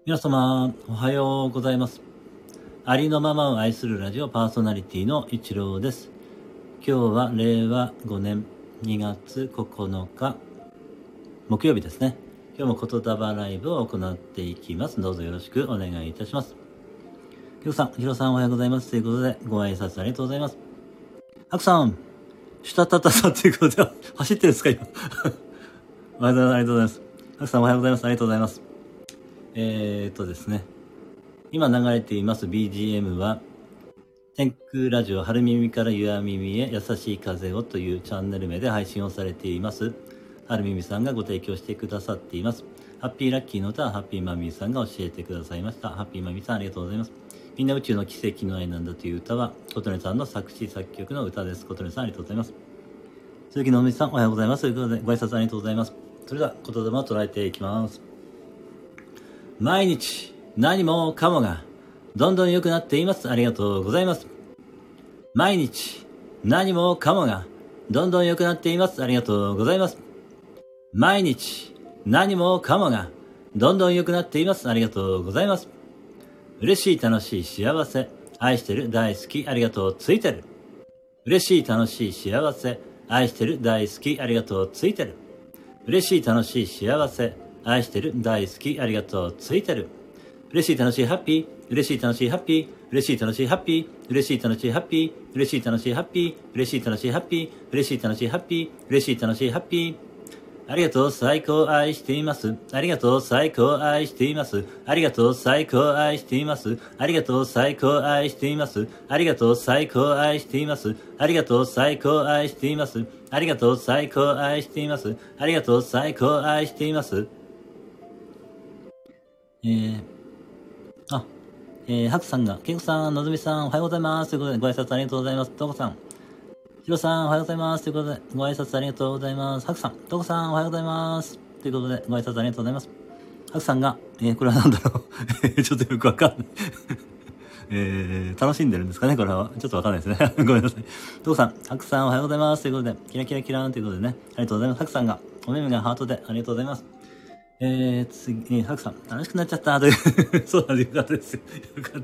皆様、おはようございます。ありのままを愛するラジオパーソナリティの一郎です。今日は令和5年2月9日、木曜日ですね。今日も言霊ライブを行っていきます。どうぞよろしくお願いいたします。ひろさんおはようございます。ということで、ご挨拶ありがとうございます。ハクさん、シュタタタタということで、走ってるんですか今。おはようございます。ありがとうございます。ハクさんおはようございます。ありがとうございます。ですね。今流れています BGM は、天空ラジオ春耳から夕耳へ優しい風をというチャンネル名で配信をされています。春耳さんがご提供してくださっています。ハッピーラッキーの歌はハッピーマミーさんが教えてくださいました。ハッピーマミーさんありがとうございます。みんな宇宙の奇跡の愛なんだという歌は、琴音さんの作詞作曲の歌です。琴音さんありがとうございます。鈴木のみさんおはようございます。ということでご挨拶ありがとうございます。それでは言霊を捉えていきます。毎日何もかもがどんどん良くなっています。ありがとうございます。毎日何もかもがどんどん良くなっています。ありがとうございます。毎日何もかもがどんどん良くなっています。ありがとうございます。嬉しい楽しい幸せ愛してる大好きありがとうついてる。嬉しい楽しい幸せ愛してる大好きありがとうついてる。嬉しい楽しい幸せ愛してる大好きありがとうついてる。嬉しい楽しいハッピー嬉しい楽しいハッピー嬉しい楽しいハッピー嬉しい楽しいハッピー嬉しい楽しいハッピー嬉しい楽しいハッピー嬉しい楽しいハッピー嬉しい楽しいハッピー。ありがとう最高愛しています。ありがとう最高愛しています。ありがとう最高愛しています。ありがとう最高愛しています。ありがとう最高愛しています。ありがとう最高愛しています。ありがとう最高愛しています。ありがとう最高愛しています。ハクさんが、ケイコさん、のぞみさん、おはようございます。ということで、ご挨拶ありがとうございます。トコさん、ヒロさん、おはようございます。ということで、ご挨拶ありがとうございます。ハクさん、トコさん、おはようございます。ということで、ご挨拶ありがとうございます。ハクさんが、これは何だろう。ちょっとよくわかんない。楽しんでるんですかねこれは。ちょっとわかんないですね。ごめんなさい。トコさん、ハクさん、おはようございます。ということで、キラキラキラーンということでね、ありがとうございます。ハクさんが、お目目がハートで、ありがとうございます。次、ハクさん、楽しくなっちゃったというそうなんです。よかったですよ。よかった。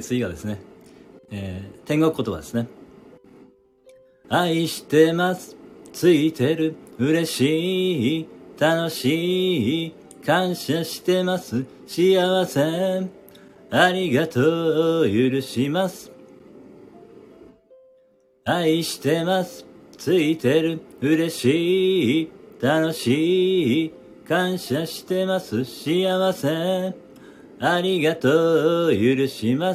次がですね、天国言葉ですね。愛してます。ついてる。嬉しい。楽しい。感謝してます。幸せ。ありがとう。許します。愛してます。ついてる。嬉しい。楽しい。感謝してます。幸せ。ありがとう。許します。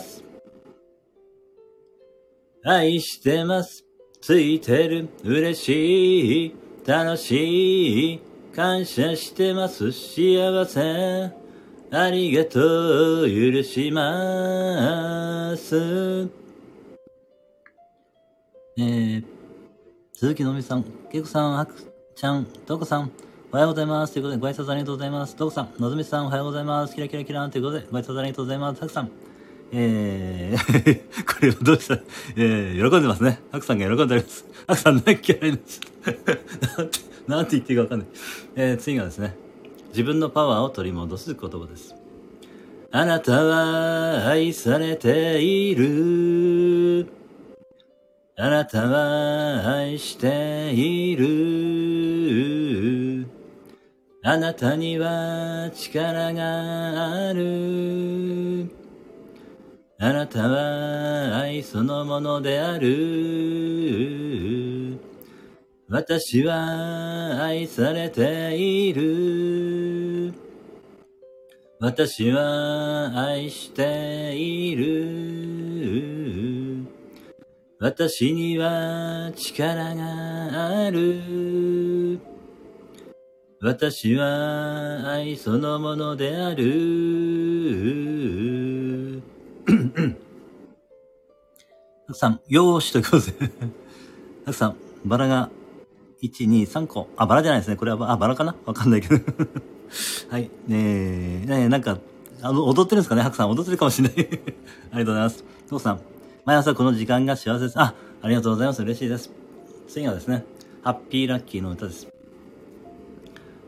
愛してます。ついてる。嬉しい。楽しい。感謝してます。幸せ。ありがとう。許します。鈴木のみさん、けいこさん、はくちゃん、とこさん、おはようございます。ということで、ご挨拶ありがとうございます。とこさん、のぞみさん、おはようございます。キラキラキラーンということで、ご挨拶ありがとうございます。はくさん、これはどうした喜んでますね。ハクさんが喜んでおります。ハクさん何嫌いなんですなんて言っていいかわかんない。次がですね、自分のパワーを取り戻す言葉です。あなたは愛されている。あなたは愛している。あなたには力がある。あなたは愛そのものである。私は愛されている。私は愛している。私には力がある。私は愛そのものである。たくさん、よーしということで。たくさん、バラが1、2、3個。あ、バラじゃないですね。これは、バラかなわかんないけど。はい。なんか、踊ってるんですかねハクさん、踊ってるかもしれない。ありがとうございます。トコさん、毎朝この時間が幸せです。ありがとうございます。嬉しいです。次はですね、ハッピーラッキーの歌です。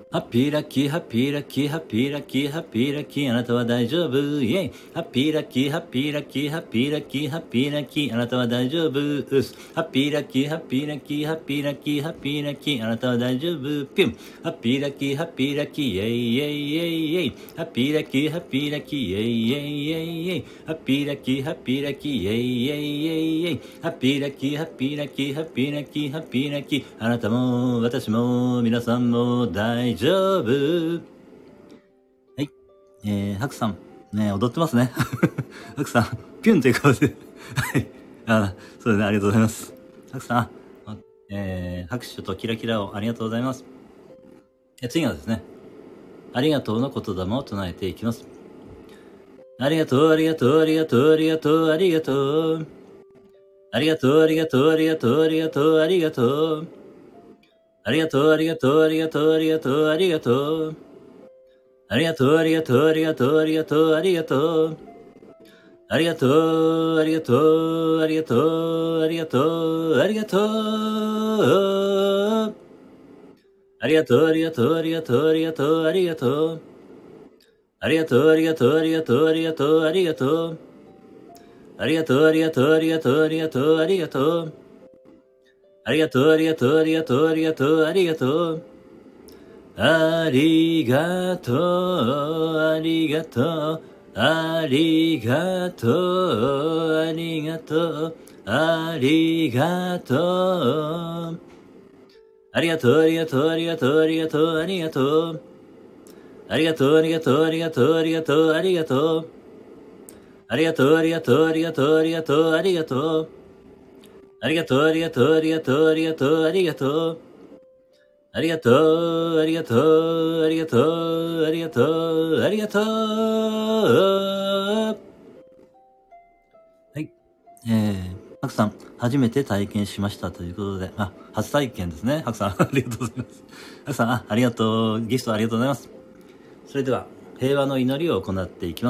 ハッピーラッキー、ハッピーラッキー、ハッピーラッキー、ハッピーラッキー、あなたは大丈夫、イェイ。ハッピーラッキー、ハッピーラッキー、ハッピーラッキー、ハッピーラッキー、あなたは大丈夫、うす。ハッピーラッキー、ハッピーラッキー、ハッピーラッキー、ハッピーラッキー、あなたは大丈夫、ピュン。ハッピーラッキー、ハッピーラッキー、イェイイェイイェイイェイ。ハッピーラッキー、ハッピーラッキー、イェイイェイイェイイェイ。ハッピーラッキー、ハッピーラッキー、イェイイェイイェイイェイ。ハッピーラッキー、ハッピーラッキー、ハッピーラッキー、ハッピーラッキー、あなたも、私も、皆さんも大丈夫。はい。ハクさん、ね、踊ってますね。ハクさん、ピュンという顔で。はい。そうですね、ありがとうございます。ハクさん、拍手とキラキラをありがとうございます。次はですね、ありがとうの言霊を唱えていきます。ありがとう、ありがとう、ありがとう、ありがとう、ありがとう。ありがとう、ありがとう、ありがとう、ありがとう、ありがとう。ありがとう、ありがとう、ありがとう、ありがとう、ありがとう。ありがとう、ありがとう、ありがとう、ありがとう、ありがとう。ありがとう、ありがとう、ありがとう、ありがとう、ありがとう。ありがとう、ありがとう、ありがとう、ありがとう、ありがとう。ありがとう、ありがとう、ありがとう、ありがとう、ありがとう。ありがとう、ありがとう、ありがとう、ありがとう、ありがとう。ありがとう、ありがとう、ありがとう、ありがとう、ありがとう。ありがとう、ありがとう、ありがとう、ありがとう、ありがとう。ありがとう、ありがとう、ありがとう、ありがとう、ありがとう。ありがとう、ありがとう、ありがとう、ありがとう、ありがとう。ありがとう、ありがとう、ありがとう、ありがとう、ありがとう。ありがとう、ありがとう、ありがとう、ありがとう、ありがとう。ありがとう、ありがとう、ありがとう、ありがとう、ありがとう。はい。ハクさん、初めて体験しましたということで、初体験ですね。ハクさん、ありがとうございます。ハクさん、ありがとう。ギフトありがとうございます。それでは、平和の祈りを行っていきます。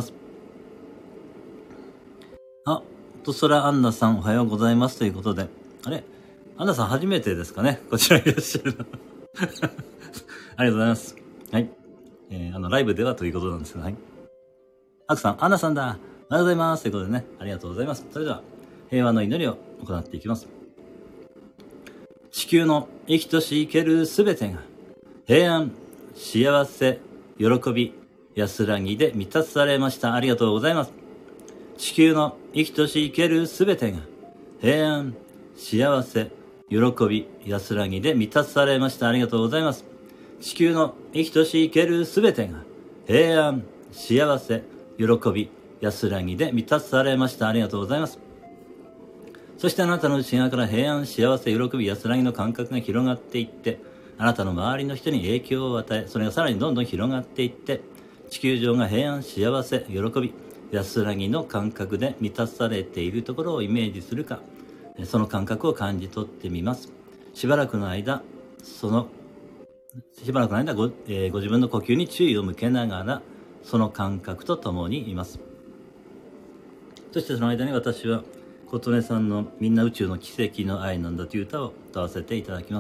トソラアンナさん、おはようございますということで、あれアンナさん初めてですかね、こちらにいらっしゃるの。ありがとうございます。はい。ライブではということなんですけど、はい。ハクさん、アンナさんだ。おはようございます。ということでね、ありがとうございます。それでは、平和の祈りを行っていきます。地球の生きとし生けるすべてが、平安、幸せ、喜び、安らぎで満たされました。ありがとうございます。地球の生きとし生けるすべてが、平安、幸せ、喜び、安らぎで満たされました。ありがとうございます。地球の生きとし生けるすべてが、平安、幸せ、喜び、安らぎで満たされました。ありがとうございます。そしてあなたの内側から平安、幸せ、喜び、安らぎの感覚が広がっていって、あなたの周りの人に影響を与え、それがさらにどんどん広がっていって、地球上が平安、幸せ、喜び、安らぎの感覚で満たされているところをイメージするか、その感覚を感じ取ってみます。しばらくの間ご自分の呼吸に注意を向けながら、その感覚とともにいます。そしてその間に私は、琴音さんのみんな宇宙の奇跡の愛なんだという歌を歌わせていただきます。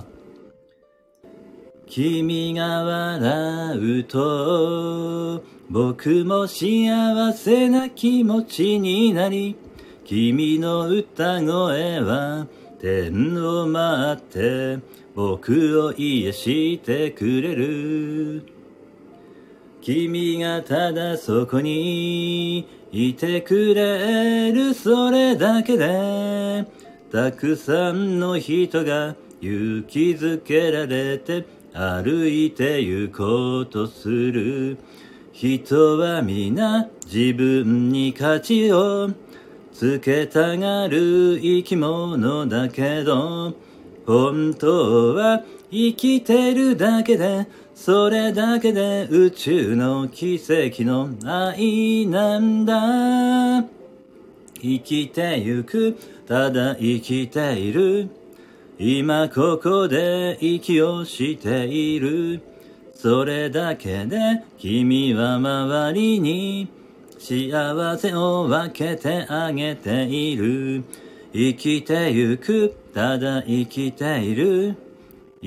君が笑うと僕も幸せな気持ちになり、君の歌声は天を待って僕を癒してくれる。君がただそこにいてくれる、それだけでたくさんの人が勇気づけられて歩いて行こうとする。人は皆自分に価値をつけたがる生き物だけど、本当は生きてるだけで、それだけで宇宙の奇跡の愛なんだ。生きてゆく、ただ生きている、今ここで息をしている、それだけで君は周りに幸せを分けてあげている。生きてゆく、ただ生きている、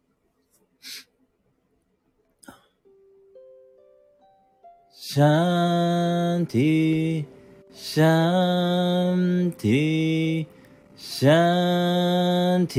シャンティ、シャンティ、シャンテ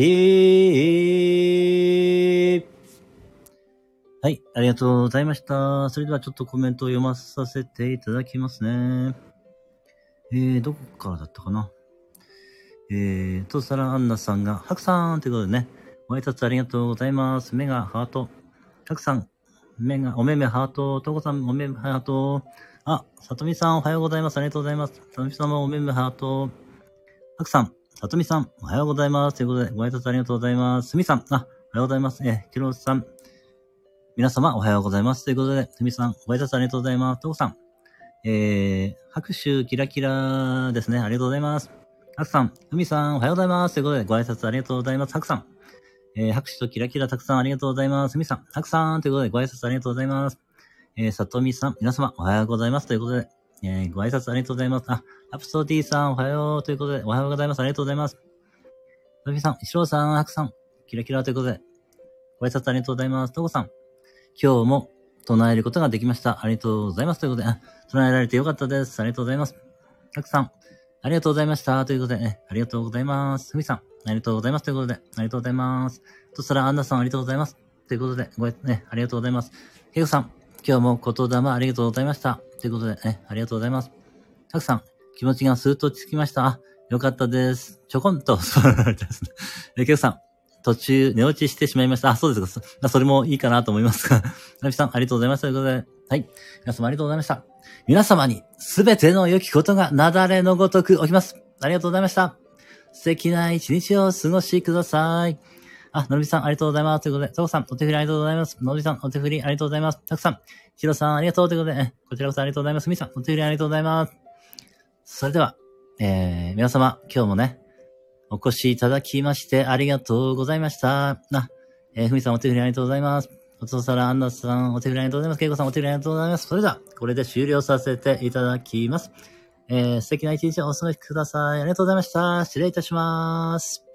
ィ。はい、ありがとうございました。それではちょっとコメントを読まさせていただきますね。どこからだったかな。サラアンナさんが、ハクさんということでね、ご挨拶ありがとうございます。目がハート。ハクさん、おめめハート。トコさん、おめめハート。あ、さとみさん、おはようございます。ありがとうございます。さとみさんもおめめハート。ハクさん、さとみさん、おはようございます。ということで、ご挨拶ありがとうございます。すみさん、おはようございます。キロさん、皆様、おはようございます。ということで、すみさん、ご挨拶ありがとうございます。トコさん、拍手キラキラですね。ありがとうございます。ハクさん、ふみさん、おはようございます。ということで、ご挨拶ありがとうございます。ハクさん、拍手とキラキラたくさんありがとうございます。ふみさん、ハクさん、ということで、ご挨拶ありがとうございます。さとみさん、皆様、おはようございます。ということで、ご挨拶ありがとうございます。ラプソディさん、おはよう。ということで、おはようございます。ありがとうございます。さとみさん、いしろうさん、ハクさん、キラキラということで、ご挨拶ありがとうございます。とこさん、今日も唱えることができました。ありがとうございます。ということで、唱えられてよかったです。ありがとうございます。ハクさん、ありがとうございました。ということで、ありがとうございます。ふみさん、ありがとうございます。ということで、ありがとうございます。そらアンナさん、ありがとうございます。ということで、ありがとうございます。ケイコさん、今日も言霊ありがとうございました。ということで、ありがとうございます。ハクさん、気持ちがスーッと落ち着きました。よかったです。ちょこんと、そうなりですね。ケイコさん、途中寝落ちしてしまいました。そうですか。それもいいかなと思いますが。ナミさん、ありがとうございました。ということで、はい。皆様ありがとうございました。皆様にすべての良きことがなだれのごとく起きます。ありがとうございました。素敵な一日をお過ごしください。のりびさん、ありがとうございます。ということで、トコさん、お手振りありがとうございます。のりびさん、お手振りありがとうございます。たくさん、ひろさん、ありがとうということで、こちらこそありがとうございます。みさん、お手振りありがとうございます。それでは、皆様、今日もね、お越しいただきましてありがとうございました。ふみさんお手振りありがとうございます。おとさらアンナさんお手振りありがとうございます。けいこさんお手振りありがとうございます。それでは、これで終了させていただきます。素敵な一日をお過ごしください。ありがとうございました。失礼いたします。